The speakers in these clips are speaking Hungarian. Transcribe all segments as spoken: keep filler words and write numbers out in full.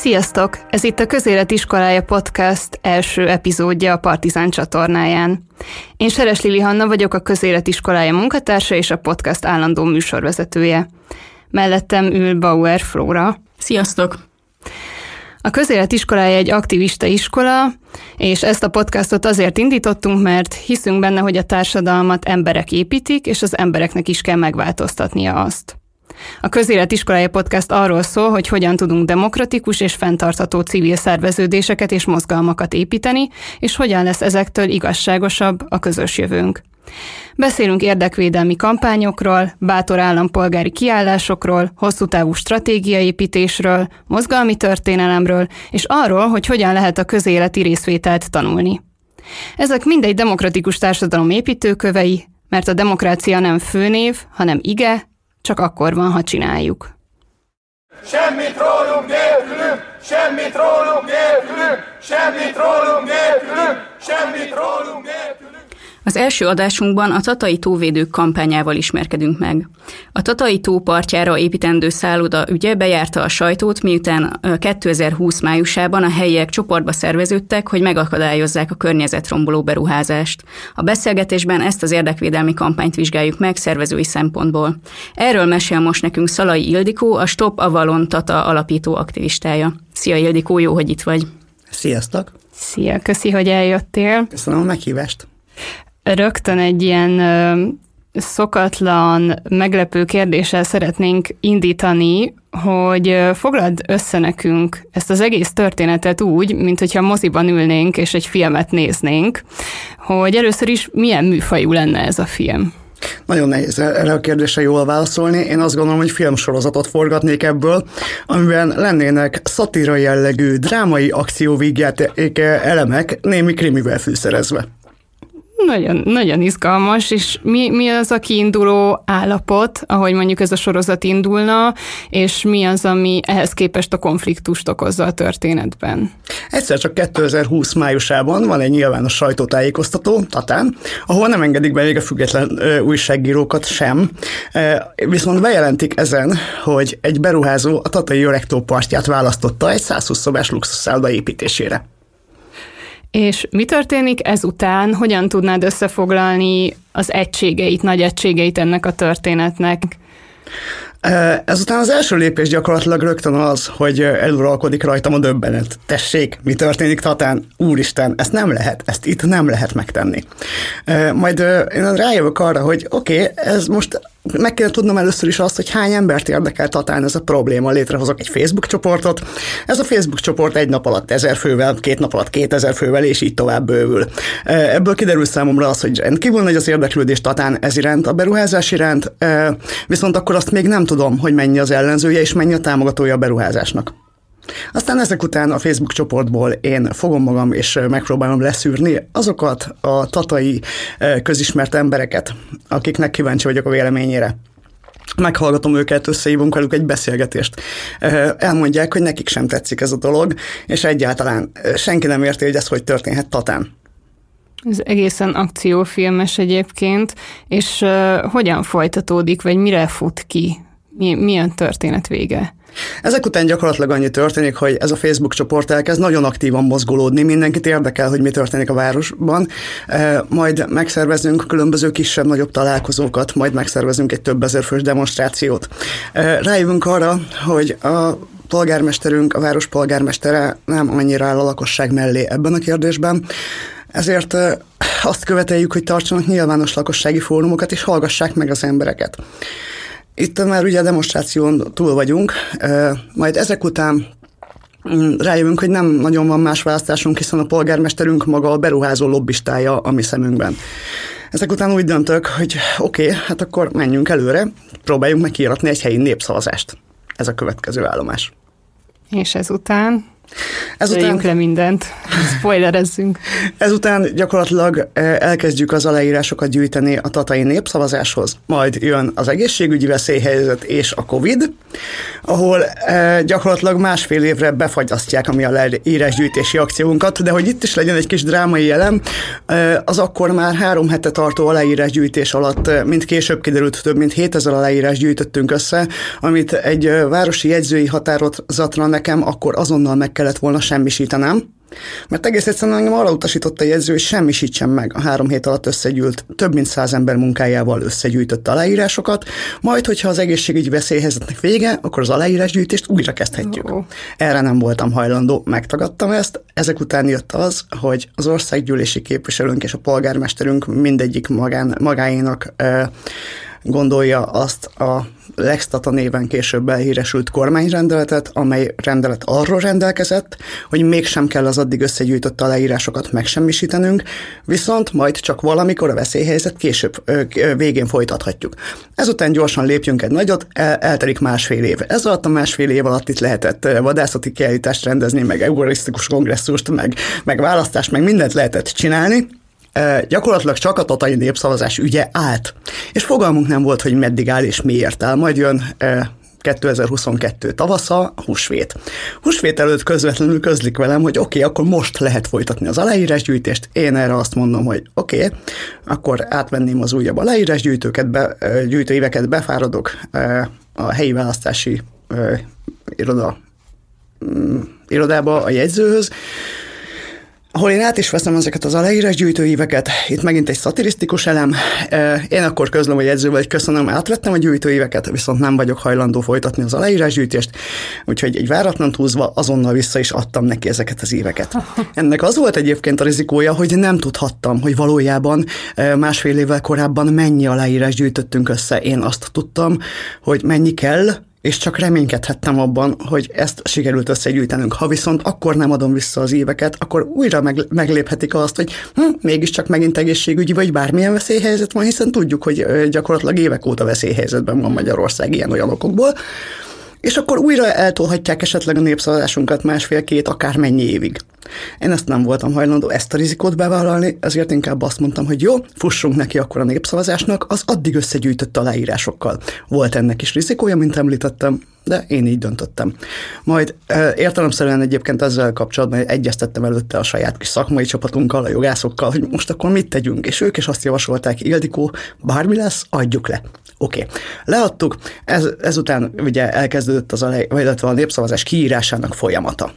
Sziasztok! Ez itt a Közélet Iskolája Podcast első epizódja a Partizán csatornáján. Én Seres Lili Hanna vagyok, a Közélet Iskolája munkatársa és a podcast állandó műsorvezetője. Mellettem ül Bauer Flóra. Sziasztok! A Közélet Iskolája egy aktivista iskola, és ezt a podcastot azért indítottunk, mert hiszünk benne, hogy a társadalmat emberek építik, és az embereknek is kell megváltoztatnia azt. A Közélet Iskolája Podcast arról szól, hogy hogyan tudunk demokratikus és fenntartható civil szerveződéseket és mozgalmakat építeni, és hogyan lesz ezektől igazságosabb a közös jövőnk. Beszélünk érdekvédelmi kampányokról, bátor állampolgári kiállásokról, hosszú távú stratégiaépítésről, mozgalmi történelemről, és arról, hogy hogyan lehet a közéleti részvételt tanulni. Ezek mindegy demokratikus társadalom építőkövei, mert a demokrácia nem főnév, hanem ige, csak akkor van, ha csináljuk. Semmit rólunk nélkülünk, semmit rólunk nélkülünk, semmit rólunk nélkülünk, semmit rólunk nélkülünk. Az első adásunkban a Tatai tóvédők kampányával ismerkedünk meg. A Tatai tó partjára építendő szálloda ügye bejárta a sajtót, miután kétezer-húsz májusában a helyiek csoportba szerveződtek, hogy megakadályozzák a környezetromboló beruházást. A beszélgetésben ezt az érdekvédelmi kampányt vizsgáljuk meg szervezői szempontból. Erről mesél most nekünk Szalai Ildikó, a Stop Avalon Tata alapító aktivistája. Szia Ildikó, jó, hogy itt vagy. Sziasztok! Szia, köszi, hogy eljöttél. Köszönöm a meghívást. Rögtön egy ilyen ö, szokatlan, meglepő kérdéssel szeretnénk indítani, hogy ö, foglald össze nekünk ezt az egész történetet úgy, mint hogyha moziban ülnénk és egy filmet néznénk, hogy először is milyen műfajú lenne ez a film? Nagyon nehéz erre a kérdésre jól válaszolni. Én azt gondolom, hogy filmsorozatot forgatnék ebből, amiben lennének szatíra jellegű, drámai akcióvígjáték elemek, némi krimivel fűszerezve. Nagyon, nagyon izgalmas, és mi, mi az a kiinduló állapot, ahogy mondjuk ez a sorozat indulna, és mi az, ami ehhez képest a konfliktust okozza a történetben? Egyszer csak kétezer-húsz májusában van egy nyilvános sajtótájékoztató, Tatán, ahol nem engedik be még a független ö, újságírókat sem, e, viszont bejelentik ezen, hogy egy beruházó a Tatai Öregtó partját választotta egy százhúsz szobás luxusszálloda építésére. És mi történik ezután? Hogyan tudnád összefoglalni az egységeit, nagy egységeit ennek a történetnek? Ezután az első lépés gyakorlatilag rögtön az, hogy eluralkodik rajtam a döbbenet. Tessék, mi történik Tatán? Úristen, ezt nem lehet, ezt itt nem lehet megtenni. Majd én rájövök arra, hogy oké, okay, ez most meg kell tudnom először is azt, hogy hány embert érdekel Tatán ez a probléma. Létrehozok egy Facebook csoportot. Ez a Facebook csoport egy nap alatt ezer fővel, két nap alatt kétezer fővel, és így tovább bővül. Ebből kiderül számomra az, hogy rendkívül nagy az érdeklődés Tatán ez iránt, a beruházás iránt, viszont akkor azt még nem tudom, hogy mennyi az ellenzője, és mennyi a támogatója a beruházásnak. Aztán ezek után a Facebook csoportból én fogom magam, és megpróbálom leszűrni azokat a tatai közismert embereket, akiknek kíváncsi vagyok a véleményére. Meghallgatom őket, összehívunk velük egy beszélgetést. Elmondják, hogy nekik sem tetszik ez a dolog, és egyáltalán senki nem érti, hogy ez hogy történhet Tatán. Ez egészen akciófilmes egyébként, és uh, hogyan folytatódik, vagy mire fut ki? Mi, mi a történet vége? Ezek után gyakorlatilag annyi történik, hogy ez a Facebook csoport elkezd nagyon aktívan mozgolódni, mindenkit érdekel, hogy mi történik a városban, majd megszervezünk különböző kisebb-nagyobb találkozókat, majd megszervezünk egy több ezer fős demonstrációt. Rájövünk arra, hogy a polgármesterünk, a város polgármestere nem annyira áll a lakosság mellé ebben a kérdésben, ezért azt követeljük, hogy tartsanak nyilvános lakossági fórumokat, és hallgassák meg az embereket. Itt már ugye a demonstráción túl vagyunk, majd ezek után rájövünk, hogy nem nagyon van más választásunk, hiszen a polgármesterünk maga a beruházó lobbistája a mi szemünkben. Ezek után úgy döntök, hogy oké, okay, hát akkor menjünk előre, próbáljunk meg kiíratni egy helyi népszavazást. Ez a következő állomás. És ezután? Ezután le mindent, spoilerezzünk. Ezután gyakorlatilag elkezdjük az aláírásokat gyűjteni a tatai népszavazáshoz, majd jön az egészségügyi veszélyhelyzet és a Covid, ahol gyakorlatilag másfél évre befagyasztják a mi aláírásgyűjtési akciónkat, de hogy itt is legyen egy kis drámai jelem, az akkor már három hete tartó aláírásgyűjtés alatt, mint később kiderült, több mint hétezer aláírás gyűjtöttünk össze, amit egy városi jegyzői határozatra nekem akkor azonnal meg kellett volna semmisítenem, mert egész egyszerűen engem arra utasított a jegyző, hogy semmisítsen meg a három hét alatt összegyűlt, több mint száz ember munkájával összegyűjtött aláírásokat, majd, hogyha az egészségügyi veszélyhelyzetnek vége, akkor az aláírásgyűjtést újra kezdhetjük. Oh. Erre nem voltam hajlandó, megtagadtam ezt, ezek után jött az, hogy az országgyűlési képviselőnk és a polgármesterünk mindegyik magán, magáénak e, gondolja azt a Lex-Tata néven később elhíresült kormányrendeletet, amely rendelet arról rendelkezett, hogy mégsem kell az addig összegyűjtött aláírásokat megsemmisítenünk, viszont majd csak valamikor a veszélyhelyzet később végén folytathatjuk. Ezután gyorsan lépjünk egy nagyot, el, eltelik másfél év. Ez alatt a másfél év alatt itt lehetett vadászati kiállítást rendezni, meg eugarisztikus kongresszust, meg, meg választást, meg mindent lehetett csinálni. E, gyakorlatilag csak a tatai népszavazás ügye állt, és fogalmunk nem volt, hogy meddig áll és miért áll. Majd jön e, kétezer-huszonkettő tavasza, húsvét. Húsvét előtt közvetlenül közlik velem, hogy oké, okay, akkor most lehet folytatni az aláírásgyűjtést. Én erre azt mondom, hogy oké, okay, akkor átvenném az újabb aláírásgyűjtőket, be, gyűjtőíveket, befáradok e, a helyi választási e, iroda, mm, irodába a jegyzőhöz, ahol én át is veszem ezeket az aláírásgyűjtőíveket, itt megint egy szatirisztikus elem. Én akkor közlöm a jegyzővel, hogy köszönöm, átvettem a gyűjtőíveket, viszont nem vagyok hajlandó folytatni az aláírásgyűjtést, úgyhogy egy váratlan húzva azonnal vissza is adtam neki ezeket az éveket. Ennek az volt egyébként a rizikója, hogy nem tudhattam, hogy valójában másfél évvel korábban mennyi aláírás gyűjtöttünk össze. Én azt tudtam, hogy mennyi kell, és csak reménykedhettem abban, hogy ezt sikerült összegyűjtenünk. Ha viszont akkor nem adom vissza az éveket, akkor újra meg, megléphetik azt, hogy hm, mégiscsak megint egészségügyi vagy bármilyen veszélyhelyzet van, hiszen tudjuk, hogy gyakorlatilag évek óta veszélyhelyzetben van Magyarország ilyen-olyan okokból, és akkor újra eltolhatják esetleg a népszavazásunkat másfél-két, akár mennyi évig. Én ezt nem voltam hajlandó ezt a rizikót bevállalni, ezért inkább azt mondtam, hogy jó, fussunk neki akkor a népszavazásnak az addig összegyűjtött aláírásokkal. Volt ennek is rizikója, mint említettem, de én így döntöttem. Majd értelemszerűen egyébként ezzel kapcsolatban egyeztettem előtte a saját kis szakmai csapatunkkal, a jogászokkal, hogy most akkor mit tegyünk, és ők is azt javasolták, Ildikó, bármi lesz, adjuk le. Oké, okay. Leadtuk, ez, ezután ugye elkezdődött az alá, illetve a népszavazás kiírásának folyamata.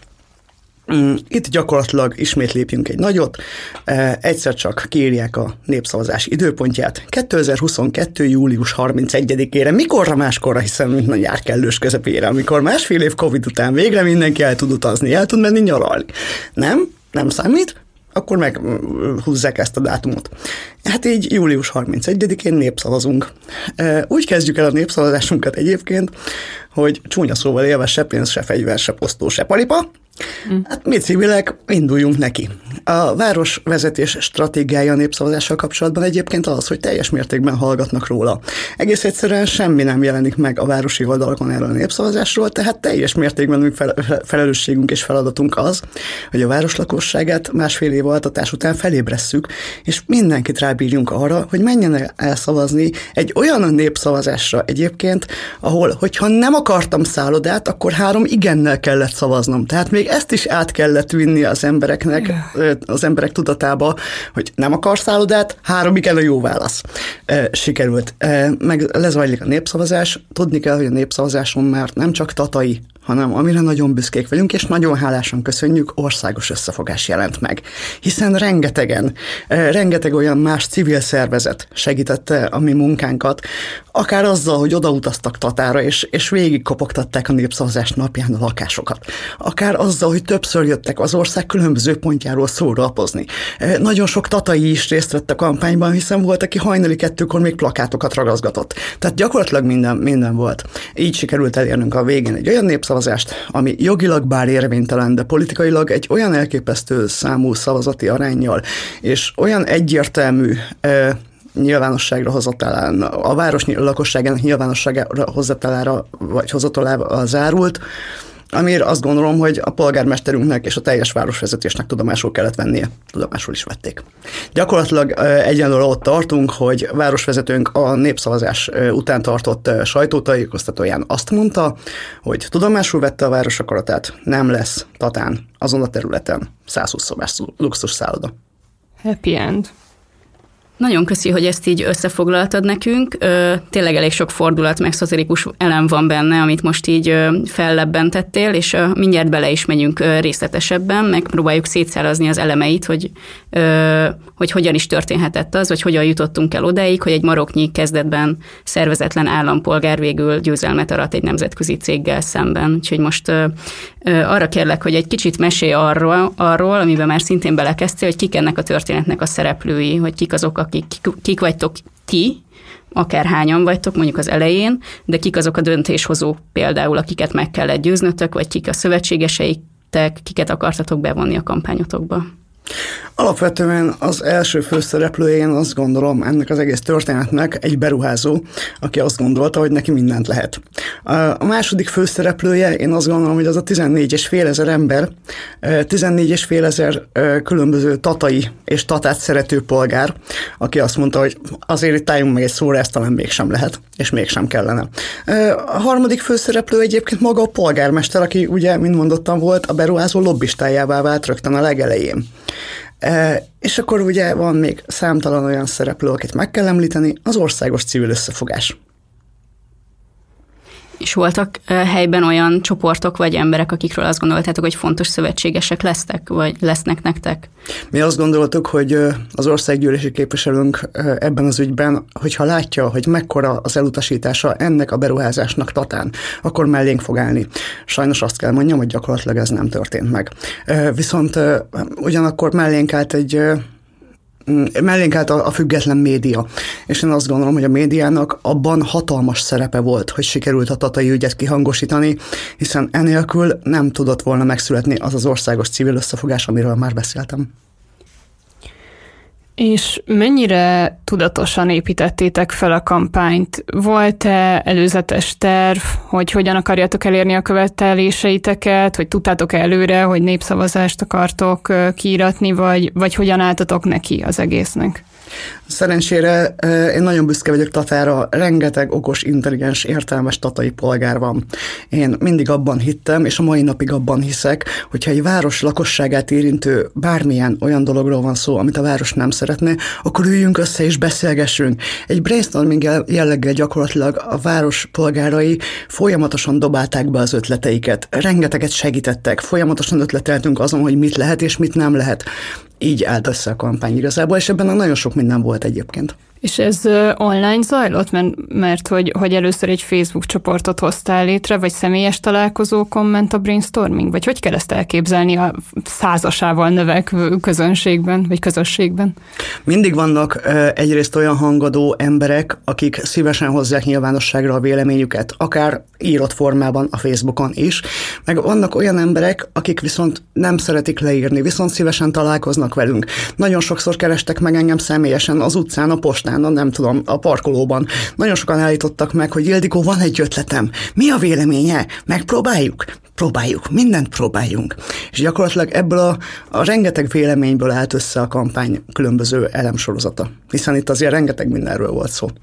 Itt gyakorlatilag ismét lépjünk egy nagyot, egyszer csak kiírják a népszavazás időpontját, kétezer-huszonkettő. július harmincegyedikére, mikorra máskorra, hiszen mint a nyár kellős közepére, amikor másfél év Covid után végre mindenki el tud utazni, el tud menni nyaralni. Nem? Nem számít? Akkor meghúzzák ezt a dátumot. Hát így július harmincegyedikén népszavazunk. Úgy kezdjük el a népszavazásunkat egyébként, hogy csúnya szóval élve se pénz, se fegyver, se posztó, se palipa. Hát mi civilek, induljunk neki. A városvezetés stratégiája a népszavazással kapcsolatban egyébként az, hogy teljes mértékben hallgatnak róla. Egész egyszerűen semmi nem jelenik meg a városi oldalakon erről a népszavazásról, tehát teljes mértékben felelősségünk és feladatunk az, hogy a város lakosságát másfél év altatás után felébresszük, és mindenkit rábírjunk arra, hogy menjen el szavazni egy olyan népszavazásra egyébként, ahol, hogyha nem akartam szállodát, akkor három igennel kellett szavaznom. Tehát még ezt is át kellett vinni az embereknek, az emberek tudatába, hogy nem akar szállodát, három igen a jó válasz. Sikerült. Meg lezajlik a népszavazás. Tudni kell, hogy a népszavazáson már nem csak tatai, hanem amire nagyon büszkék vagyunk, és nagyon hálásan köszönjük, országos összefogás jelent meg. Hiszen rengetegen, rengeteg olyan más civil szervezet segítette a mi munkánkat, akár azzal, hogy odautaztak Tatára, és, és végig kopogtatták a népszavazás napján a lakásokat. Akár azzal, hogy többször jöttek az ország különböző pontjáról szórapozni. Nagyon sok tatai is részt vett a kampányban, hiszen volt, aki hajnali kettőkor még plakátokat ragaszgatott. Tehát gyakorlatilag minden, minden volt. Így sikerült elérnünk a végén egy olyan népszavazást, ami jogilag bár érvénytelen, de politikailag egy olyan elképesztő számú szavazati aránnyal, és olyan egyértelmű e, nyilvánosságra hozatalára, a város lakosságának nyilvánosságra hozatalára, vagy hozatalára zárult, Amire azt gondolom, hogy a polgármesterünknek és a teljes városvezetésnek tudomásul kellett vennie. Tudomásul is vették. Gyakorlatilag egyenlőre ott tartunk, hogy városvezetőnk a népszavazás után tartott sajtótájékoztatóján azt mondta, hogy tudomásul vette a város akaratát, nem lesz Tatán azon a területen százhúsz szobás luxus szálloda. Happy end. Nagyon köszi, hogy ezt így összefoglaltad nekünk. Tényleg elég sok fordulat, meg szatirikus elem van benne, amit most így fellebbentettél, és mindjárt bele is megyünk részletesebben, megpróbáljuk szétszálazni az elemeit, hogy, hogy hogyan is történhetett az, vagy hogyan jutottunk el odáig, hogy egy maroknyi kezdetben szervezetlen állampolgár végül győzelmet arat egy nemzetközi céggel szemben. Úgyhogy most arra kérlek, hogy egy kicsit mesélj arról, arról, amiben már szintén belekezdtél, hogy kik ennek a történetnek a szereplői, hogy kik azok, akik, kik vagytok ti, akárhányan vagytok mondjuk az elején, de kik azok a döntéshozók például, akiket meg kellett győznötök, vagy kik a szövetségeseitek, kiket akartatok bevonni a kampányotokba? Alapvetően az első főszereplője, én azt gondolom ennek az egész történetnek egy beruházó, aki azt gondolta, hogy neki mindent lehet. A második főszereplője, én azt gondolom, hogy az a tizennégy és fél ezer ember, tizennégy és fél ezer különböző tatai és tatát szerető polgár, aki azt mondta, hogy azért itt álljunk meg egy szóra, ezt talán mégsem lehet, és mégsem kellene. A harmadik főszereplő egyébként maga a polgármester, aki ugye, mint mondottam, volt a beruházó lobbistájává vált rögtön a legelején. E, és akkor ugye van még számtalan olyan szereplő, akit meg kell említeni, az országos civil összefogás. És voltak helyben olyan csoportok vagy emberek, akikről azt gondoltátok, hogy fontos szövetségesek lesztek, vagy lesznek nektek? Mi azt gondoltuk, hogy az országgyűlési képviselőnk ebben az ügyben, hogyha látja, hogy mekkora az elutasítása ennek a beruházásnak Tatán, akkor mellénk fog állni. Sajnos azt kell mondjam, hogy gyakorlatilag ez nem történt meg. Viszont ugyanakkor mellénk állt egy mellénk állt a, a független média, és én azt gondolom, hogy a médiának abban hatalmas szerepe volt, hogy sikerült a tatai ügyet kihangosítani, hiszen enélkül nem tudott volna megszületni az az országos civil összefogás, amiről már beszéltem. És mennyire tudatosan építettétek fel a kampányt? Volt-e előzetes terv, hogy hogyan akarjátok elérni a követeléseiteket, hogy tudtátok előre, hogy népszavazást akartok kiíratni, vagy, vagy hogyan álltatok neki az egésznek? Szerencsére én nagyon büszke vagyok Tatára, rengeteg okos, intelligens, értelmes tatai polgár van. Én mindig abban hittem, és a mai napig abban hiszek, hogyha egy város lakosságát érintő bármilyen olyan dologról van szó, amit a város nem szeretne, akkor üljünk össze és beszélgessünk. Egy brainstorming jelleggel gyakorlatilag a város polgárai folyamatosan dobálták be az ötleteiket, rengeteget segítettek, folyamatosan ötleteltünk azon, hogy mit lehet és mit nem lehet. Így állt össze a kampány igazából, és ebben nagyon sok minden volt egyébként. És ez online zajlott, mert, mert hogy, hogy először egy Facebook csoportot hoztál létre, vagy személyes találkozókon ment a brainstorming? Vagy hogy kell ezt elképzelni a százasával növekvő közönségben, vagy közösségben? Mindig vannak egyrészt olyan hangadó emberek, akik szívesen hozzák nyilvánosságra a véleményüket, akár írott formában a Facebookon is, meg vannak olyan emberek, akik viszont nem szeretik leírni, viszont szívesen találkoznak velünk. Nagyon sokszor kerestek meg engem személyesen az utcán, a postán, nem tudom, a parkolóban. Nagyon sokan állítottak meg, hogy Ildikó, van egy ötletem. Mi a véleménye? Megpróbáljuk? Próbáljuk. Mindent próbáljunk. És gyakorlatilag ebből a, a rengeteg véleményből állt össze a kampány különböző elemsorozata. Hiszen itt azért rengeteg mindenről volt szó.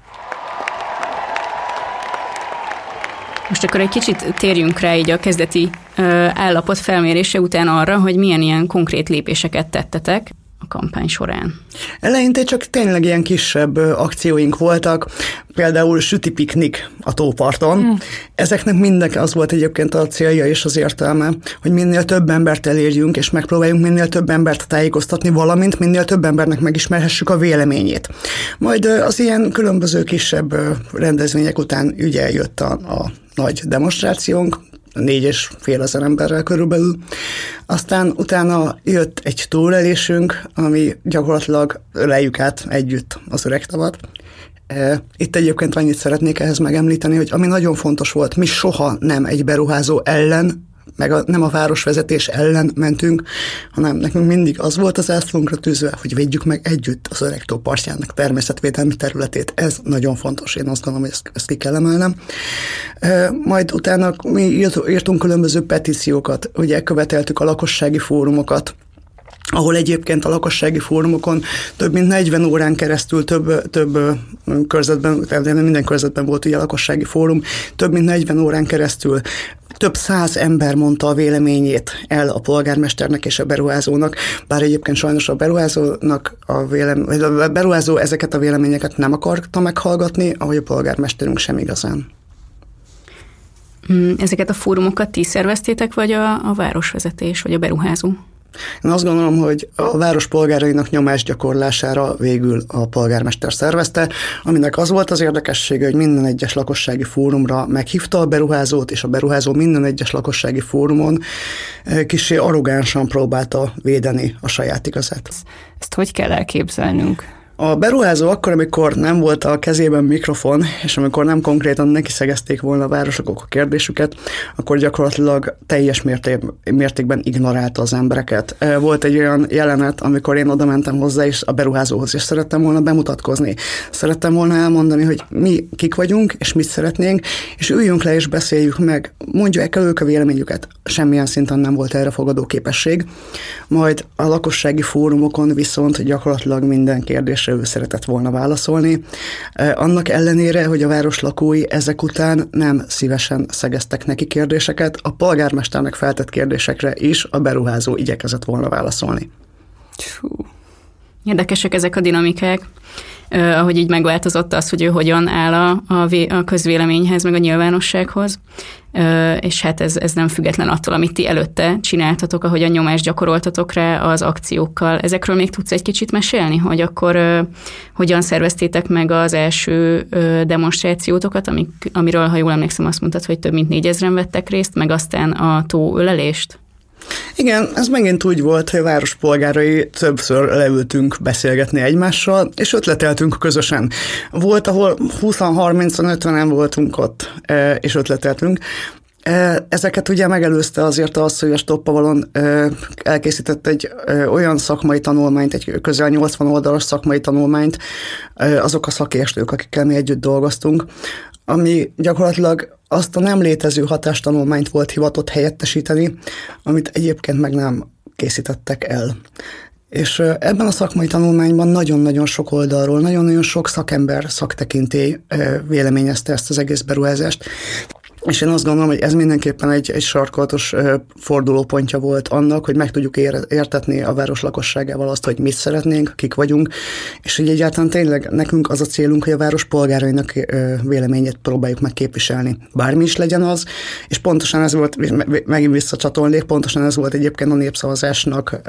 Most akkor egy kicsit térjünk rá így a kezdeti ö, állapot felmérése után arra, hogy milyen ilyen konkrét lépéseket tettetek a kampány során. Eleinte csak tényleg ilyen kisebb akcióink voltak, például süti piknik a tóparton. Mm. Ezeknek mindenki az volt egyébként a célja és az értelme, hogy minél több embert elérjünk, és megpróbáljunk minél több embert tájékoztatni, valamint minél több embernek megismerhessük a véleményét. Majd az ilyen különböző kisebb rendezvények után ugye jött a, a nagy demonstrációnk, négy és fél ezer emberrel körülbelül. Aztán utána jött egy túlélésünk, ami gyakorlatilag öleljük át együtt az öreg tavat. Itt egyébként annyit szeretnék ehhez megemlíteni, hogy ami nagyon fontos volt, mi soha nem egy beruházó ellen meg a, nem a városvezetés ellen mentünk, hanem nekünk mindig az volt az zászlónkra tűzve, hogy védjük meg együtt az Öreg tó partjának természetvédelmi területét. Ez nagyon fontos, én azt gondolom, hogy ezt, ezt ki kell emelnem. Majd utána mi írtunk különböző petíciókat, ugye követeltük a lakossági fórumokat, ahol egyébként a lakossági fórumokon több mint negyven órán keresztül több, több körzetben, minden körzetben volt ugye a lakossági fórum, több mint negyven órán keresztül több száz ember mondta a véleményét el a polgármesternek és a beruházónak, bár egyébként sajnos a beruházónak a, vélem, a beruházó ezeket a véleményeket nem akarta meghallgatni, ahogy a polgármesterünk sem igazán. Ezeket a fórumokat ti szerveztétek, vagy a, a városvezetés, vagy a beruházó? Én azt gondolom, hogy a város polgárainak nyomásgyakorlására végül a polgármester szervezte, aminek az volt az érdekessége, hogy minden egyes lakossági fórumra meghívta a beruházót, és a beruházó minden egyes lakossági fórumon kissé arrogánsan próbálta védeni a saját igazát. Ezt hogy kell elképzelnünk? A beruházó akkor, amikor nem volt a kezében mikrofon, és amikor nem konkrétan neki szegezték volna a városokok a kérdésüket, akkor gyakorlatilag teljes mértékben ignorálta az embereket. Volt egy olyan jelenet, amikor én oda mentem hozzá, és a beruházóhoz, és szerettem volna bemutatkozni. Szerettem volna elmondani, hogy mi kik vagyunk, és mit szeretnénk, és üljünk le, és beszéljük meg, mondják el ők a véleményüket. Semmilyen szinten nem volt erre fogadó képesség. Majd a lakossági fórumokon viszont gyakorlatilag minden kérdés ő szeretett volna válaszolni. Annak ellenére, hogy a város lakói ezek után nem szívesen szegeztek neki kérdéseket, a polgármesternek feltett kérdésekre is a beruházó igyekezett volna válaszolni. Hú. Érdekesek ezek a dinamikák, uh, ahogy így megváltozott az, hogy ő hogyan áll a, a, vé, a közvéleményhez, meg a nyilvánossághoz, uh, és hát ez, ez nem független attól, amit ti előtte csináltatok, ahogy a nyomást gyakoroltatok rá az akciókkal. Ezekről még tudsz egy kicsit mesélni, hogy akkor uh, hogyan szerveztétek meg az első uh, demonstrációtokat, amik, amiről, ha jól emlékszem, azt mondtad, hogy több mint négyezren vettek részt, meg aztán a tóölelést? Igen, ez megint úgy volt, hogy a város polgárai többször leültünk beszélgetni egymással, és ötleteltünk közösen. Volt, ahol húszan, harmincan, ötvenen voltunk ott, és ötleteltünk. Ezeket ugye megelőzte azért az, hogy a Stoppavalon elkészített egy olyan szakmai tanulmányt, egy közel nyolcvan oldalas szakmai tanulmányt, azok a szakértők, akikkel mi együtt dolgoztunk, ami gyakorlatilag azt a nem létező hatástanulmányt volt hivatott helyettesíteni, amit egyébként meg nem készítettek el. És ebben a szakmai tanulmányban nagyon-nagyon sok oldalról, nagyon-nagyon sok szakember, szaktekintély véleményezte ezt az egész beruházást. És én azt gondolom, hogy ez mindenképpen egy, egy sarkolatos fordulópontja volt annak, hogy meg tudjuk értetni a város lakosságával azt, hogy mit szeretnénk, kik vagyunk, és hogy egyáltalán tényleg nekünk az a célunk, hogy a város polgárainak véleményét próbáljuk meg képviselni. Bármi is legyen az, és pontosan ez volt, megint visszacsatolnék, pontosan ez volt egyébként a népszavazásnak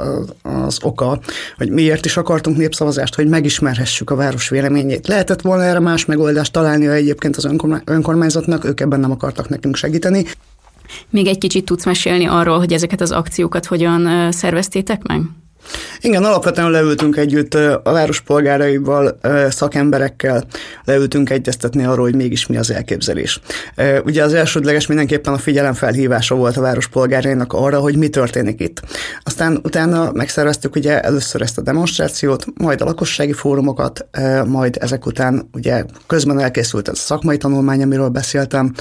az oka, hogy miért is akartunk népszavazást, hogy megismerhessük a város véleményét. Lehetett volna erre más megoldást találni, ha egyébként az önkormányzatnak, ők ebben nem akartak nekünk segíteni. Még egy kicsit tudsz mesélni arról, hogy ezeket az akciókat hogyan szerveztétek meg? Igen, alapvetően leültünk együtt a város polgáraival, szakemberekkel, leültünk egyeztetni arról, hogy mégis mi az elképzelés. Ugye az elsődleges mindenképpen a figyelemfelhívása volt a város polgárainak arra, hogy mi történik itt. Aztán utána megszerveztük ugye először ezt a demonstrációt, majd a lakossági fórumokat, majd ezek után ugye közben elkészült ez a szakmai tanulmány, amiről beszéltem,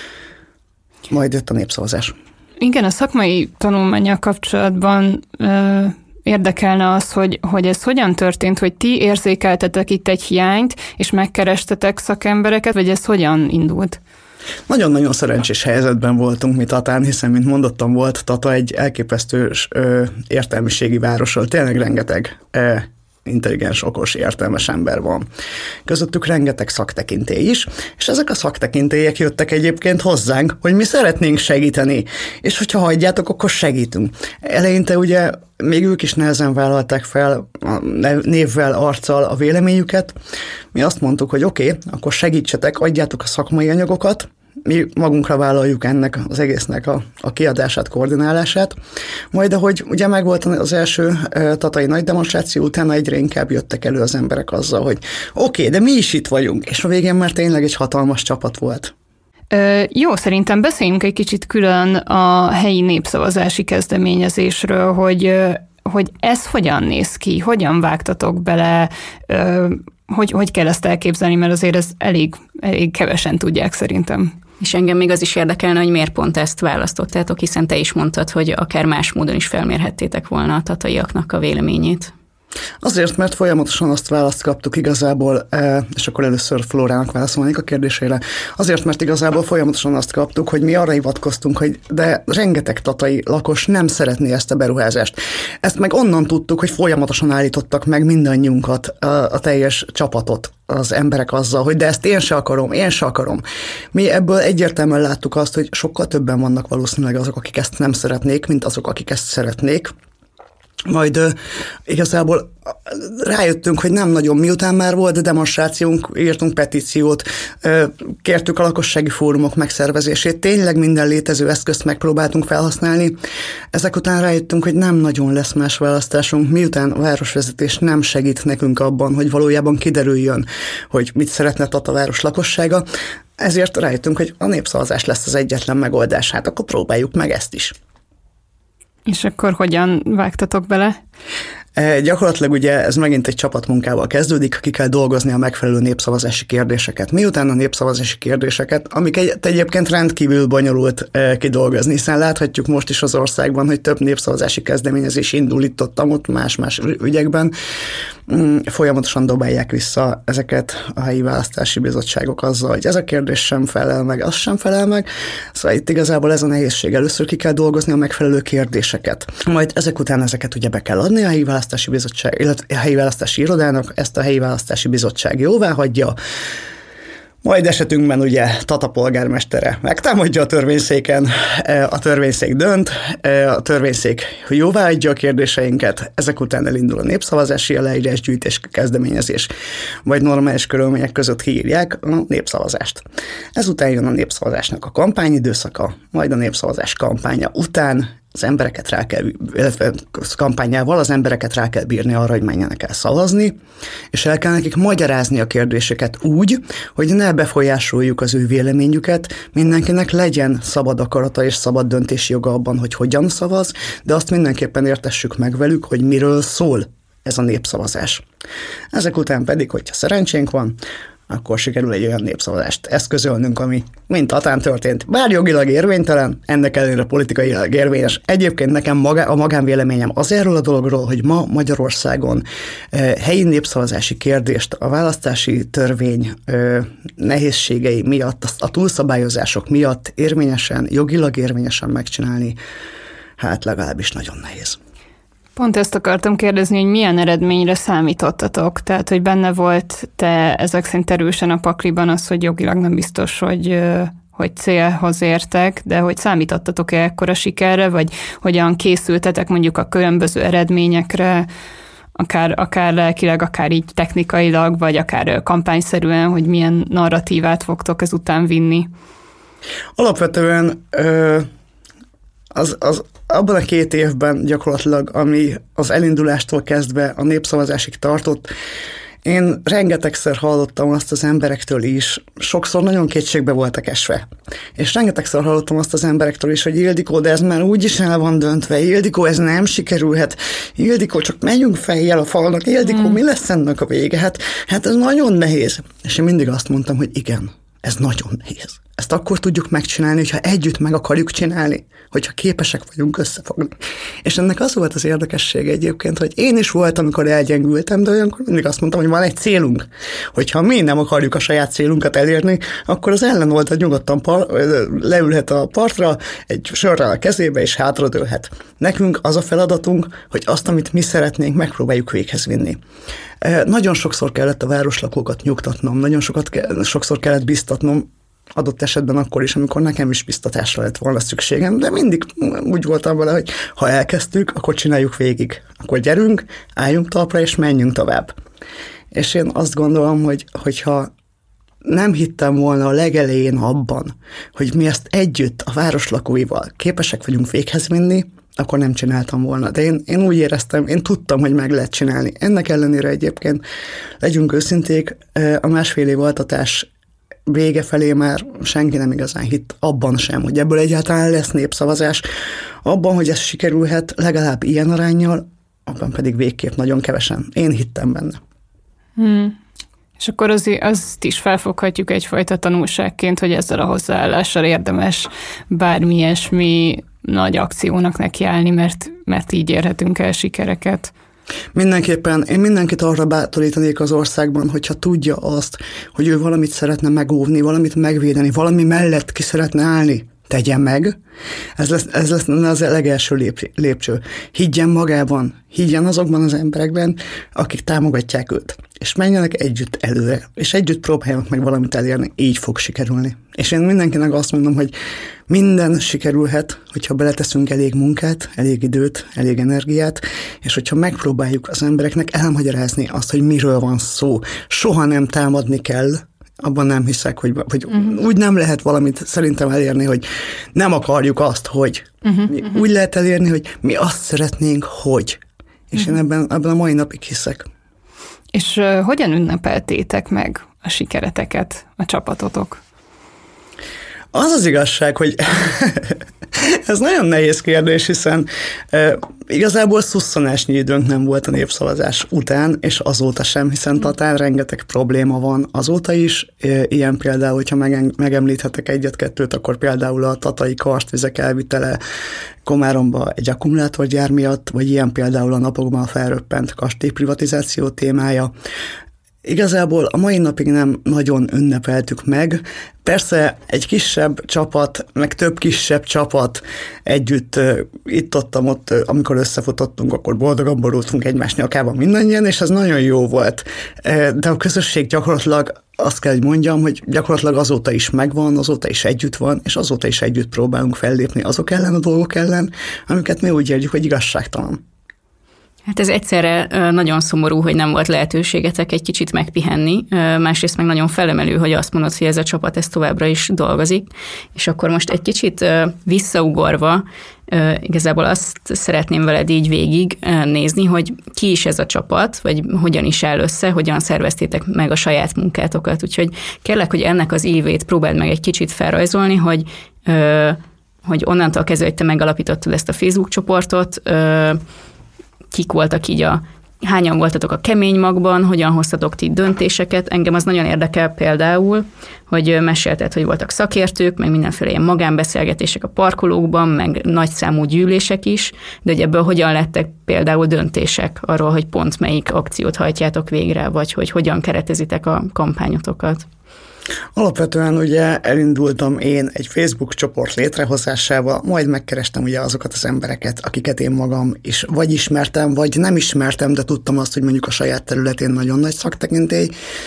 majd jött a népszavazás. Igen, a szakmai tanulmánnyal kapcsolatban ö, érdekelne az, hogy, hogy ez hogyan történt, hogy ti érzékeltetek itt egy hiányt, és megkerestetek szakembereket, vagy ez hogyan indult? Nagyon-nagyon szerencsés helyzetben voltunk mi Tatán, hiszen, mint mondottam, volt Tata egy elképesztő ö, értelmiségi városról, tényleg rengeteg ö, intelligens, okos, értelmes ember van. Közöttük rengeteg szaktekintély is, és ezek a szaktekintélyek jöttek egyébként hozzánk, hogy mi szeretnénk segíteni, és hogyha hagyjátok, akkor segítünk. Eleinte ugye még ők is nehezen vállalták fel a névvel, arccal a véleményüket. Mi azt mondtuk, hogy oké, okay, akkor segítsetek, adjátok a szakmai anyagokat, mi magunkra vállaljuk ennek az egésznek a, a kiadását, koordinálását. Majd ahogy ugye megvolt az első e, tatai nagy demonstráció, utána egyre inkább jöttek elő az emberek azzal, hogy oké, okay, de mi is itt vagyunk, és a végén már tényleg egy hatalmas csapat volt. Jó, szerintem beszéljünk egy kicsit külön a helyi népszavazási kezdeményezésről, hogy, hogy ez hogyan néz ki, hogyan vágtatok bele, hogy, hogy kell ezt elképzelni, mert azért ez elég, elég kevesen tudják szerintem. És engem még az is érdekelne, hogy miért pont ezt választottátok, hiszen te is mondtad, hogy akár más módon is felmérhettétek volna a tataiaknak a véleményét. Azért, mert folyamatosan azt választ kaptuk igazából, és akkor először Flórának válaszolnék a kérdésére, azért, mert igazából folyamatosan azt kaptuk, hogy mi arra hivatkoztunk, hogy de rengeteg tatai lakos nem szeretné ezt a beruházást. Ezt meg onnan tudtuk, hogy folyamatosan állítottak meg mindannyiunkat, a, a teljes csapatot, az emberek azzal, hogy de ezt én se akarom, én se akarom. Mi ebből egyértelműen láttuk azt, hogy sokkal többen vannak valószínűleg azok, akik ezt nem szeretnék, mint azok, akik ezt szeretnék. Majd uh, igazából rájöttünk, hogy nem nagyon, miután már volt demonstrációnk, írtunk petíciót, uh, kértük a lakossági fórumok megszervezését, tényleg minden létező eszközt megpróbáltunk felhasználni. Ezek után rájöttünk, hogy nem nagyon lesz más választásunk, miután a városvezetés nem segít nekünk abban, hogy valójában kiderüljön, hogy mit szeretne Tata város lakossága, ezért rájöttünk, hogy a népszavazás lesz az egyetlen megoldás, hát akkor próbáljuk meg ezt is. És akkor hogyan vágtatok bele? E, gyakorlatilag ugye ez megint egy csapatmunkával kezdődik, ki kell dolgozni a megfelelő népszavazási kérdéseket. Miután a népszavazási kérdéseket, amik egy, egyébként rendkívül bonyolult e, kidolgozni, hiszen láthatjuk most is az országban, hogy több népszavazási kezdeményezés indul itt ott más-más ügyekben, mm, folyamatosan dobálják vissza ezeket a helyi választási bizottságok azzal, hogy ez a kérdés sem felel meg, az sem felel meg. Szóval itt igazából ez a nehézség. Először ki kell dolgozni a megfelelő kérdéseket. Majd ezek után ezeket ugye be kell adni a helyi választási bizottság, illetve a helyi választási irodának, ezt a helyi választási bizottság jóvá hagyja, majd esetünkben ugye Tata polgármestere megtámadja a törvényszéken, a törvényszék dönt, a törvényszék jóvá adja a kérdéseinket, ezek után elindul a népszavazási aláírásgyűjtés kezdeményezés, vagy normális körülmények között kiírják a népszavazást. Ezután jön a népszavazásnak a kampányidőszaka, majd a népszavazás kampánya után az embereket rá kell, illetve kampányával az embereket rá kell bírni arra, hogy menjenek el szavazni, és el kell nekik magyarázni a kérdéseket úgy, hogy ne befolyásoljuk az ő véleményüket, mindenkinek legyen szabad akarata és szabad döntési joga abban, hogy hogyan szavaz, de azt mindenképpen értessük meg velük, hogy miről szól ez a népszavazás. Ezek után pedig, hogyha szerencsénk van, akkor sikerül egy olyan népszavazást eszközölnünk, ami mint Tatán történt. Bár jogilag érvénytelen, ennek ellenére politikailag érvényes. Egyébként nekem maga, a magánvéleményem az erről a dologról, hogy ma Magyarországon eh, helyi népszavazási kérdést a választási törvény eh, nehézségei miatt, a túlszabályozások miatt érvényesen, jogilag érvényesen megcsinálni, hát legalábbis nagyon nehéz. Pont ezt akartam kérdezni, hogy milyen eredményre számítottatok? Tehát, hogy benne volt te ezek szerint erősen a pakliban az, hogy jogilag nem biztos, hogy, hogy célhoz értek, de hogy számítottatok-e ekkora sikerre, vagy hogyan készültetek mondjuk a különböző eredményekre, akár, akár lelkileg, akár így technikailag, vagy akár kampányszerűen, hogy milyen narratívát fogtok ezután vinni? Alapvetően ö, az, az abban a két évben gyakorlatilag, ami az elindulástól kezdve a népszavazásig tartott, én rengetegszer hallottam azt az emberektől is, sokszor nagyon kétségbe voltak esve. És rengetegszer hallottam azt az emberektől is, hogy Ildikó, de ez már úgyis el van döntve, Ildikó, ez nem sikerülhet, Ildikó, csak megyünk fejjel a falnak, Ildikó, mm. mi lesz ennek a vége? Hát, hát ez nagyon nehéz. És én mindig azt mondtam, hogy igen, ez nagyon nehéz. Ezt akkor tudjuk megcsinálni, hogyha együtt meg akarjuk csinálni, hogyha képesek vagyunk összefogni. És ennek az volt az érdekessége egyébként, hogy én is voltam, amikor elgyengültem, de olyankor mindig azt mondtam, hogy van egy célunk. Hogyha mi nem akarjuk a saját célunkat elérni, akkor az ellenoldal nyugodtan par- leülhet a partra, egy sörrel a kezébe, és hátradőlhet. Nekünk az a feladatunk, hogy azt, amit mi szeretnénk, megpróbáljuk véghez vinni. Nagyon sokszor kellett a városlakókat nyugtatnom, nagyon sokat ke- sokszor kellett biztatnom, adott esetben akkor is, amikor nekem is biztatásra lett volna szükségem, de mindig úgy voltam vele, hogy ha elkezdtük, akkor csináljuk végig. Akkor gyerünk, álljunk talpra, és menjünk tovább. És én azt gondolom, hogy hogyha nem hittem volna a legelején abban, hogy mi ezt együtt a város lakóival képesek vagyunk véghez vinni, akkor nem csináltam volna. De én, én úgy éreztem, én tudtam, hogy meg lehet csinálni. Ennek ellenére egyébként, legyünk őszinték, a másfél év altatás vége felé már senki nem igazán hitt abban sem, hogy ebből egyáltalán lesz népszavazás. Abban, hogy ez sikerülhet legalább ilyen aránnyal, abban pedig végképp nagyon kevesen. Én hittem benne. Hmm. És akkor az, azt is felfoghatjuk egyfajta tanulságként, hogy ezzel a hozzáállással érdemes bármi ilyesmi nagy akciónak nekiállni, mert, mert így érhetünk el sikereket. Mindenképpen én mindenkit arra bátorítanék az országban, hogyha tudja azt, hogy ő valamit szeretne megóvni, valamit megvédeni, valami mellett ki szeretne állni, tegye meg. Ez lesz, ez lesz az legelső lépcső. Higgyen magában, higgyen azokban az emberekben, akik támogatják őt. És menjenek együtt előre, és együtt próbáljanak meg valamit elérni, így fog sikerülni. És én mindenkinek azt mondom, hogy minden sikerülhet, hogyha beleteszünk elég munkát, elég időt, elég energiát, és hogyha megpróbáljuk az embereknek elmagyarázni azt, hogy miről van szó. Soha nem támadni kell, abban nem hiszek, hogy, hogy uh-huh. úgy nem lehet valamit szerintem elérni, hogy nem akarjuk azt, hogy. Uh-huh, mi uh-huh. Úgy lehet elérni, hogy mi azt szeretnénk, hogy. És uh-huh. én ebben, ebben a mai napig hiszek. És uh, hogyan ünnepeltétek meg a sikereteket, a csapatotok? Az az igazság, hogy ez nagyon nehéz kérdés, hiszen e, igazából szusszanásnyi időnk nem volt a népszavazás után, és azóta sem, hiszen Tatán rengeteg probléma van azóta is. E, ilyen például, hogyha megen, megemlíthetek egyet-kettőt, akkor például a tatai karstvizek elvitele Komáromba egy akkumulátorgyár miatt, vagy ilyen például a napokban felröppent kastélyprivatizáció témája. Igazából a mai napig nem nagyon ünnepeltük meg. Persze egy kisebb csapat, meg több kisebb csapat együtt uh, itt-ottam ott, uh, amikor összefutottunk, akkor boldogan borultunk egymás nyakában mindannyian, és ez nagyon jó volt. Uh, de a közösség gyakorlatilag azt kell, hogy mondjam, hogy gyakorlatilag azóta is megvan, azóta is együtt van, és azóta is együtt próbálunk fellépni azok ellen a dolgok ellen, amiket mi úgy érjük, hogy igazságtalan. Hát ez egyszerre nagyon szomorú, hogy nem volt lehetőségetek egy kicsit megpihenni, másrészt meg nagyon felemelő, hogy azt mondod, hogy ez a csapat ez továbbra is dolgozik, és akkor most egy kicsit visszaugorva, igazából azt szeretném veled így végig nézni, hogy ki is ez a csapat, vagy hogyan is áll össze, hogyan szerveztétek meg a saját munkátokat, úgyhogy kérlek, hogy ennek az évét próbáld meg egy kicsit felrajzolni, hogy, hogy onnantól kezdve, hogy te megalapítottad ezt a Facebook csoportot, kik voltak így a, hányan voltatok a kemény magban, hogyan hoztatok ti döntéseket. Engem az nagyon érdekel például, hogy mesélted, hogy voltak szakértők, meg mindenféle ilyen magánbeszélgetések a parkolókban, meg nagyszámú gyűlések is, de hogy ebből hogyan lettek például döntések arról, hogy pont melyik akciót hajtjátok végre, vagy hogy hogyan keretezitek a kampányotokat. Alapvetően ugye elindultam én egy Facebook csoport létrehozásával, majd megkerestem ugye azokat az embereket, akiket én magam is vagy ismertem, vagy nem ismertem, de tudtam azt, hogy mondjuk a saját területén nagyon nagy szaktekintély,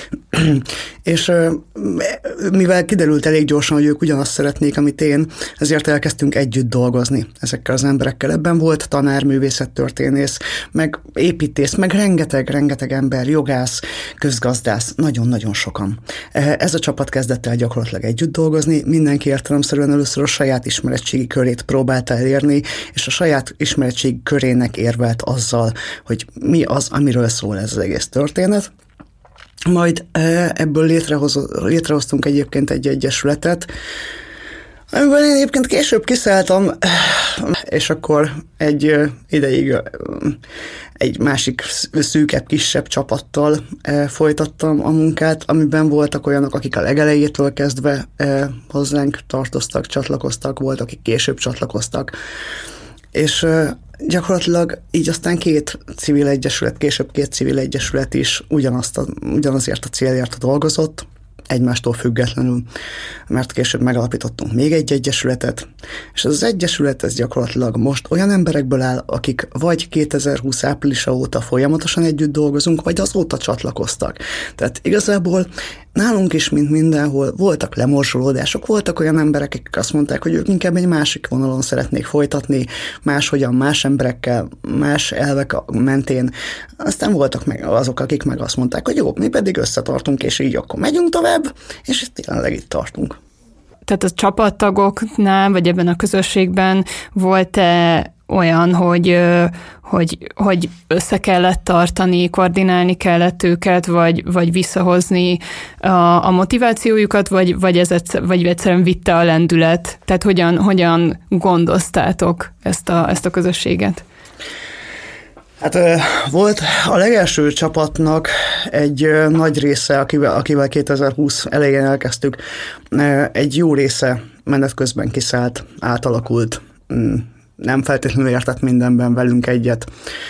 és mivel kiderült elég gyorsan, hogy ők ugyanazt szeretnék, amit én, ezért elkezdtünk együtt dolgozni ezekkel az emberekkel. Ebben volt tanár, művészettörténész, meg építész, meg rengeteg-rengeteg ember, jogász, közgazdász, nagyon-nagyon sokan. Ez a csapat kezdett el gyakorlatilag együtt dolgozni, mindenki értelemszerűen először a saját ismeretségi körét próbálta elérni, és a saját ismeretségi körének érvelt azzal, hogy mi az, amiről szól ez az egész történet. Majd ebből létrehoz, létrehoztunk egyébként egy egyesületet, amiben én egyébként később kiszálltam, és akkor egy ideig egy másik szűkebb, kisebb csapattal folytattam a munkát, amiben voltak olyanok, akik a legelejétől kezdve hozzánk tartoztak, csatlakoztak, voltak, akik később csatlakoztak, és gyakorlatilag így aztán két civil egyesület, később két civil egyesület is ugyanazt a, ugyanazért a célért dolgozott, egymástól függetlenül, mert később megalapítottunk még egy egyesületet, és ez az egyesület ez gyakorlatilag most olyan emberekből áll, akik vagy kétezer-húsz áprilisa óta folyamatosan együtt dolgozunk, vagy azóta csatlakoztak. Tehát igazából nálunk is, mint mindenhol, voltak lemorzsolódások, voltak olyan emberek, akik azt mondták, hogy ők inkább egy másik vonalon szeretnék folytatni, máshogyan, más emberekkel, más elvek mentén. Aztán voltak meg azok, akik meg azt mondták, hogy jó, mi pedig összetartunk, és így akkor megyünk tovább, és itt jelenleg itt tartunk. Tehát a csapattagoknál, vagy ebben a közösségben volt-e olyan, hogy, hogy, hogy össze kellett tartani, koordinálni kellett őket, vagy, vagy visszahozni a, a motivációjukat, vagy, vagy, ez egyszer, vagy egyszerűen vitte a lendület? Tehát hogyan, hogyan gondoztátok ezt a, ezt a közösséget? Hát volt a legelső csapatnak egy nagy része, akivel, akivel kétezer-húsz elején elkezdtük, egy jó része menet közben kiszállt, átalakult, nem feltétlenül értett mindenben velünk egyet,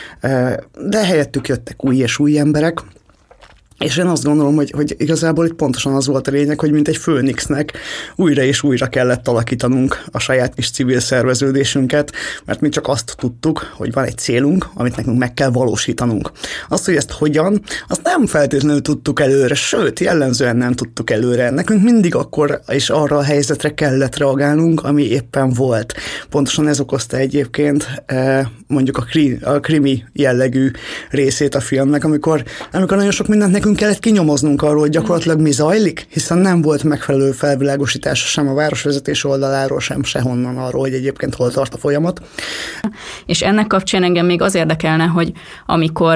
de helyettük jöttek új és új emberek, és én azt gondolom, hogy, hogy igazából itt pontosan az volt a lényeg, hogy mint egy főnixnek újra és újra kellett alakítanunk a saját kis civil szerveződésünket, mert mi csak azt tudtuk, hogy van egy célunk, amit nekünk meg kell valósítanunk. Azt, hogy ezt hogyan, azt nem feltétlenül tudtuk előre, sőt, jellemzően nem tudtuk előre. Nekünk mindig akkor és arra a helyzetre kellett reagálnunk, ami éppen volt. Pontosan ez okozta egyébként mondjuk a, kri, a krimi jellegű részét a filmnek, amikor, amikor nagyon sok mindent nekünk kellett kinyomoznunk arról, hogy gyakorlatilag mi zajlik, hiszen nem volt megfelelő felvilágosítása sem a városvezetés oldaláról, sem sehonnan arról, hogy egyébként hol tart a folyamat. És ennek kapcsán engem még az érdekelne, hogy amikor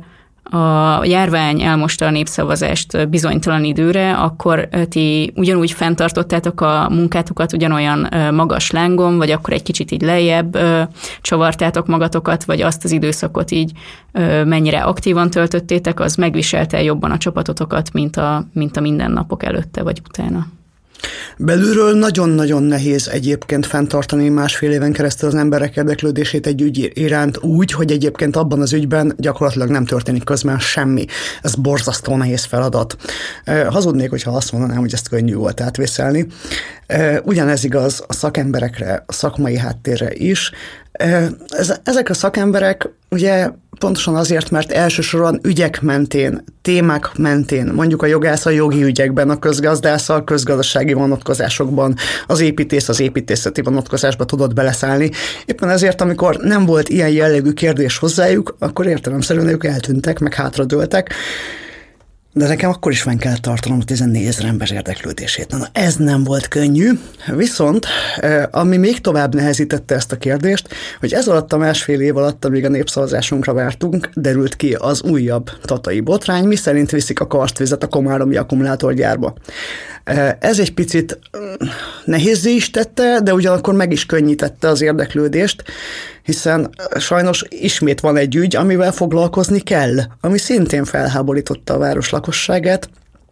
a járvány elmosta a népszavazást bizonytalan időre, akkor ti ugyanúgy fenntartottátok a munkátokat ugyanolyan magas lángon, vagy akkor egy kicsit így lejjebb csavartátok magatokat, vagy azt az időszakot így mennyire aktívan töltöttétek, az megviselte jobban a csapatotokat, mint a, mint a mindennapok előtte vagy utána? Belülről nagyon-nagyon nehéz egyébként fenntartani másfél éven keresztül az emberek érdeklődését egy ügy iránt úgy, hogy egyébként abban az ügyben gyakorlatilag nem történik közben semmi. Ez borzasztó nehéz feladat. Hazudnék, hogyha azt mondanám, hogy ezt könnyű volt átvészelni. Ugyanez igaz a szakemberekre, a szakmai háttérre is. Ezek a szakemberek ugye pontosan azért, mert elsősorban ügyek mentén, témák mentén, mondjuk a jogász a jogi ügyekben, a közgazdász a közgazdasági vonatkozásokban, az építész az építészeti vonatkozásba tudott beleszállni. Éppen ezért, amikor nem volt ilyen jellegű kérdés hozzájuk, akkor értelemszerűen ők eltűntek, meg hátradőltek. De nekem akkor is fenn kell tartanom a tizennégyezer ember érdeklődését. Na, ez nem volt könnyű, viszont ami még tovább nehezítette ezt a kérdést, hogy ez alatt a másfél év alatt, amíg a népszavazásunkra vártunk, derült ki az újabb tatai botrány, miszerint viszik a karstvizet a komáromi akkumulátorgyárba. Ez egy picit nehézzé is tette, de ugyanakkor meg is könnyítette az érdeklődést, hiszen sajnos ismét van egy ügy, amivel foglalkozni kell, ami szintén felháborította a város lakosságát.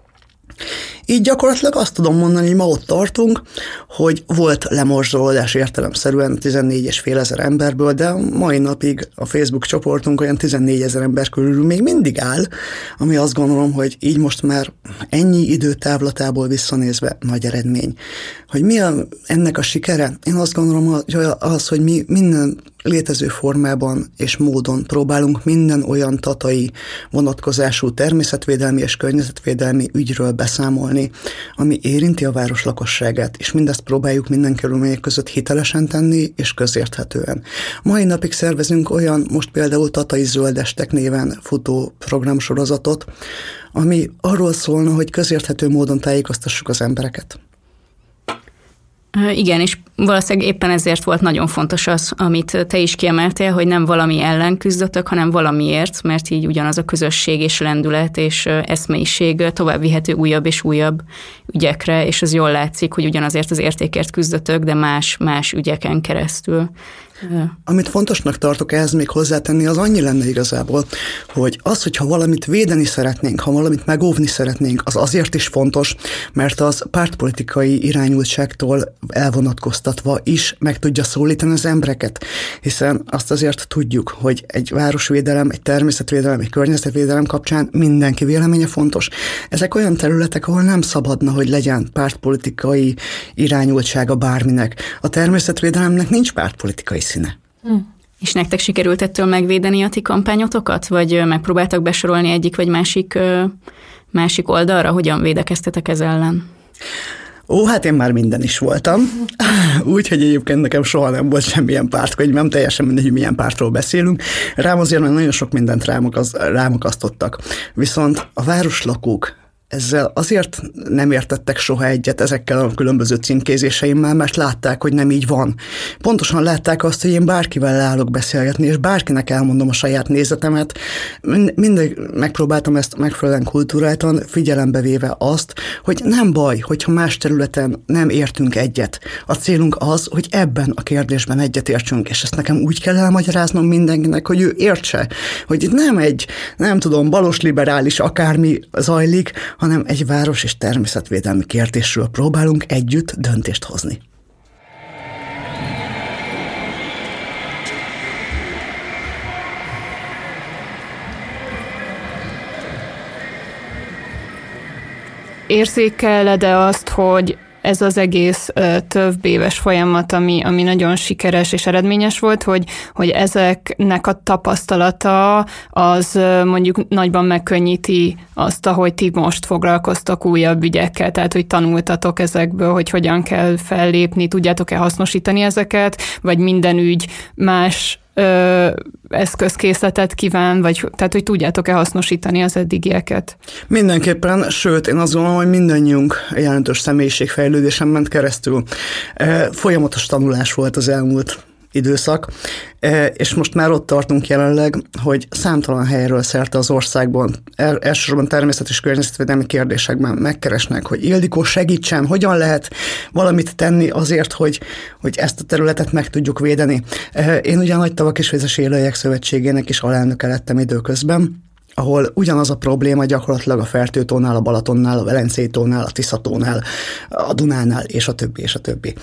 Így gyakorlatilag azt tudom mondani, hogy ma ott tartunk, hogy volt lemorzsolódás értelemszerűen tizennégy és fél ezer emberből, de mai napig a Facebook csoportunk olyan tizennégy ezer ember körül még mindig áll, ami azt gondolom, hogy így most már ennyi időtávlatából visszanézve nagy eredmény. Hogy mi a, ennek a sikere? Én azt gondolom, hogy az, hogy mi minden létező formában és módon próbálunk minden olyan tatai vonatkozású természetvédelmi és környezetvédelmi ügyről beszámolni, ami érinti a város lakosságát, és mindezt próbáljuk minden körülmények között hitelesen tenni és közérthetően. Mai napig szervezünk olyan, most például Tatai Zöldestek néven futó programsorozatot, ami arról szólna, hogy közérthető módon tájékoztassuk az embereket. Igen, és valószínűleg éppen ezért volt nagyon fontos az, amit te is kiemeltél, hogy nem valami ellen küzdötök, hanem valamiért, mert így ugyanaz a közösség és lendület és eszmeiség tovább vihető újabb és újabb ügyekre, és az jól látszik, hogy ugyanazért az értékért küzdötök, de más, más ügyeken keresztül. Amit fontosnak tartok ehhez még hozzátenni, az annyi lenne igazából, hogy az, hogyha valamit védeni szeretnénk, ha valamit megóvni szeretnénk, az azért is fontos, mert az pártpolitikai irányultságtól elvonatkoztatva is meg tudja szólítani az embereket, hiszen azt azért tudjuk, hogy egy városvédelem, egy természetvédelem, egy környezetvédelem kapcsán mindenki véleménye fontos. Ezek olyan területek, ahol nem szabadna, hogy legyen pártpolitikai irányultsága bárminek. A természetvédelemnek nincs pártpolitikai színe. Hm. És nektek sikerült ettől megvédeni a ti kampányotokat? Vagy megpróbáltak besorolni egyik vagy másik, másik oldalra? Hogyan védekeztetek ez ellen? Ó, hát én már minden is voltam. Úgyhogy egyébként nekem soha nem volt semmilyen pártkönyvem, teljesen mindegy, hogy milyen pártról beszélünk. Rám azért nagyon sok mindent rámakasztottak. Viszont a városlakók ezzel azért nem értettek soha egyet ezekkel a különböző címkézéseimmel, mert látták, hogy nem így van. Pontosan látták azt, hogy én bárkivel leállok beszélgetni, és bárkinek elmondom a saját nézetemet. Mindig megpróbáltam ezt megfelelően kultúráltan, figyelembe véve azt, hogy nem baj, hogyha más területen nem értünk egyet. A célunk az, hogy ebben a kérdésben egyet értsünk, és ezt nekem úgy kell elmagyaráznom mindenkinek, hogy ő értse, hogy itt nem egy, nem tudom, balos liberális akármi zajlik, hanem egy város- és természetvédelmi kérdésről próbálunk együtt döntést hozni. Érzékeled-e azt, hogy ez az egész ö, több éves folyamat, ami, ami nagyon sikeres és eredményes volt, hogy, hogy ezeknek a tapasztalata az ö, mondjuk nagyban megkönnyíti azt, ahogy ti most foglalkoztok újabb ügyekkel, tehát hogy tanultatok ezekből, hogy hogyan kell fellépni, tudjátok-e hasznosítani ezeket, vagy minden ügy más Ö, eszközkészletet kíván, vagy tehát, hogy tudjátok-e hasznosítani az eddigieket? Mindenképpen, sőt, én azt gondolom, hogy mindannyiunk jelentős személyiségfejlődésen ment keresztül. Folyamatos tanulás volt az elmúlt időszak, és most már ott tartunk jelenleg, hogy számtalan helyről szerte az országban, elsősorban természet- és környezetvédelmi kérdésekben megkeresnek, hogy Ildikó, segítsen, hogyan lehet valamit tenni azért, hogy, hogy ezt a területet meg tudjuk védeni. Én ugyan Nagytavak és Vizes Élőhelyek Szövetségének is alelnöke lettem időközben, ahol ugyanaz a probléma gyakorlatilag a Fertőtónál, a Balatonnál, a Velencei tónál, a Tiszatónál, a Dunánál, és a többi, és a többi.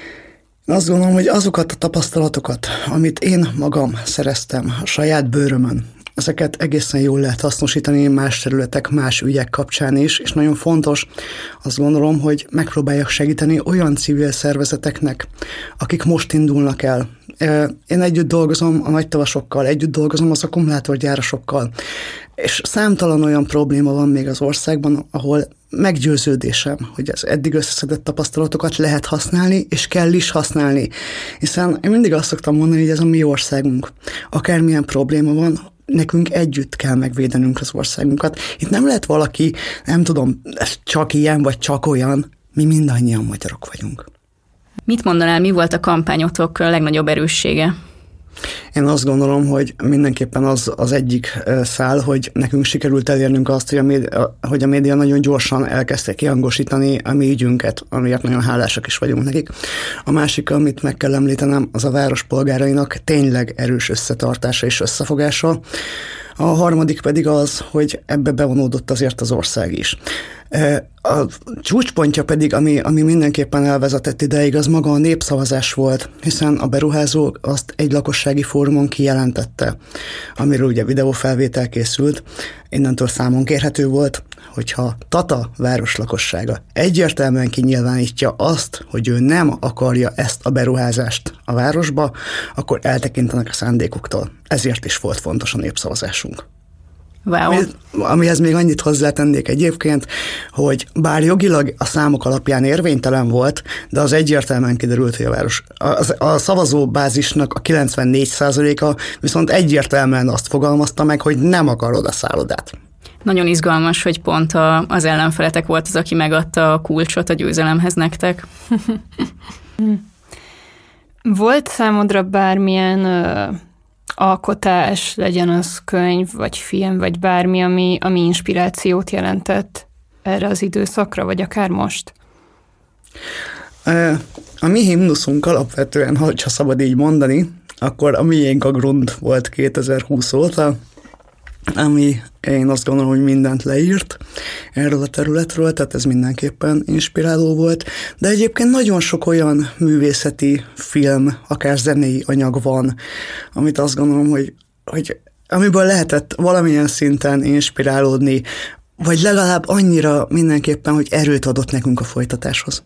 Azt gondolom, hogy azokat a tapasztalatokat, amit én magam szereztem a saját bőrömön, ezeket egészen jól lehet hasznosítani más területek, más ügyek kapcsán is, és nagyon fontos, azt gondolom, hogy megpróbáljak segíteni olyan civil szervezeteknek, akik most indulnak el. Én együtt dolgozom a nagytavasokkal, együtt dolgozom az akkumulátorgyárasokkal, és számtalan olyan probléma van még az országban, ahol meggyőződésem, hogy az eddig összeszedett tapasztalatokat lehet használni, és kell is használni. Hiszen én mindig azt szoktam mondani, hogy ez a mi országunk. Akármilyen probléma van, nekünk együtt kell megvédenünk az országunkat. Itt nem lehet valaki, nem tudom, csak ilyen vagy csak olyan, mi mindannyian magyarok vagyunk. Mit mondanál, mi volt a kampányotok legnagyobb erőssége? Én azt gondolom, hogy mindenképpen az az egyik szál, hogy nekünk sikerült elérnünk azt, hogy a média, hogy a média nagyon gyorsan elkezdte kihangosítani a mi ügyünket, amiért nagyon hálásak is vagyunk nekik. A másik, amit meg kell említenem, az a város polgárainak tényleg erős összetartása és összefogása. A harmadik pedig az, hogy ebbe bevonódott azért az ország is. A csúcspontja pedig, ami, ami mindenképpen elvezetett ideig, az maga a népszavazás volt, hiszen a beruházó azt egy lakossági fórumon kijelentette, amiről ugye videófelvétel készült, innentől számon kérhető volt, hogyha Tata város lakossága egyértelműen kinyilvánítja azt, hogy ő nem akarja ezt a beruházást a városba, akkor eltekintenek a szándékuktól. Ezért is volt fontos a népszavazásunk. Wow. Ami, amihez még annyit hozzátennék egyébként, hogy bár jogilag a számok alapján érvénytelen volt, de az egyértelműen kiderült, hogy a város, a, a szavazóbázisnak a kilencvennégy százaléka viszont egyértelműen azt fogalmazta meg, hogy nem akar oda szállodát. Nagyon izgalmas, hogy pont a, az ellenfeletek volt az, aki megadta a kulcsot a győzelemhez nektek. Volt számodra bármilyen ö, alkotás, legyen az könyv, vagy film, vagy bármi, ami, ami inspirációt jelentett erre az időszakra, vagy akár most? A mi himnuszunk alapvetően, ha szabad így mondani, akkor a miénk a Grund volt kétezer-húsz óta, ami én azt gondolom, hogy mindent leírt erről a területről, tehát ez mindenképpen inspiráló volt, de egyébként nagyon sok olyan művészeti film, akár zenei anyag van, amit azt gondolom, hogy, hogy amiből lehetett valamilyen szinten inspirálódni, vagy legalább annyira mindenképpen, hogy erőt adott nekünk a folytatáshoz.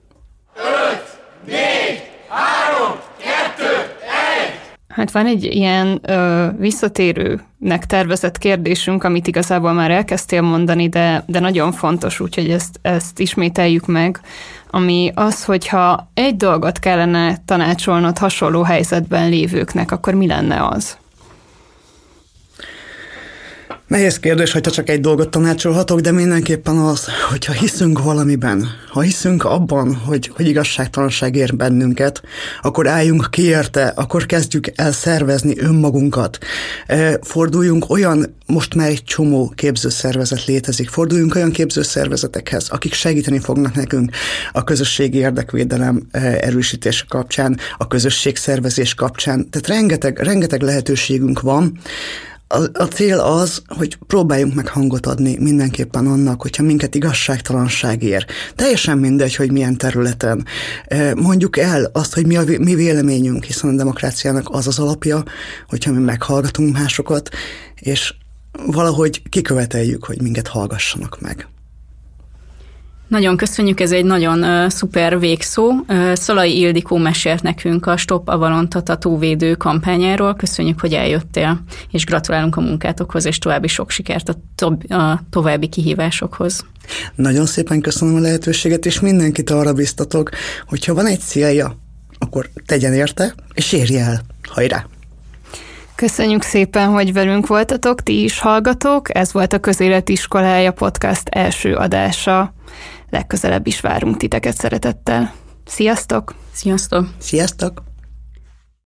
Hát van egy ilyen ö, visszatérőnek tervezett kérdésünk, amit igazából már elkezdtél mondani, de, de nagyon fontos, úgyhogy ezt, ezt ismételjük meg, ami az, hogyha egy dolgot kellene tanácsolnod hasonló helyzetben lévőknek, akkor mi lenne az? Nehéz kérdés, hogyha csak egy dolgot tanácsolhatok, de mindenképpen az, hogyha hiszünk valamiben, ha hiszünk abban, hogy, hogy igazságtalanság ér bennünket, akkor álljunk ki érte, akkor kezdjük el szervezni önmagunkat. Forduljunk olyan, most már egy csomó képzőszervezet létezik, forduljunk olyan képzőszervezetekhez, akik segíteni fognak nekünk a közösségi érdekvédelem erősítése kapcsán, a közösségszervezés kapcsán. Tehát rengeteg, rengeteg lehetőségünk van. A, a cél az, hogy próbáljunk meg hangot adni mindenképpen annak, hogyha minket igazságtalanság ér. Teljesen mindegy, hogy milyen területen. Mondjuk el azt, hogy mi a mi véleményünk, hiszen a demokráciának az az alapja, hogyha mi meghallgatunk másokat, és valahogy kiköveteljük, hogy minket hallgassanak meg. Nagyon köszönjük, ez egy nagyon uh, szuper végszó. Uh, Szalai Ildikó mesélt nekünk a Stop Avalon Tata tóvédő kampányáról. Köszönjük, hogy eljöttél, és gratulálunk a munkátokhoz, és további sok sikert a, to- a további kihívásokhoz. Nagyon szépen köszönöm a lehetőséget, és mindenkit arra biztatok, hogyha van egy célja, akkor tegyen érte, és érje el. Hajrá! Köszönjük szépen, hogy velünk voltatok, ti is hallgatók. Ez volt a Közélet Iskolája podcast első adása. Legközelebb is várunk titeket szeretettel. Sziasztok! Sziasztok! Sziasztok!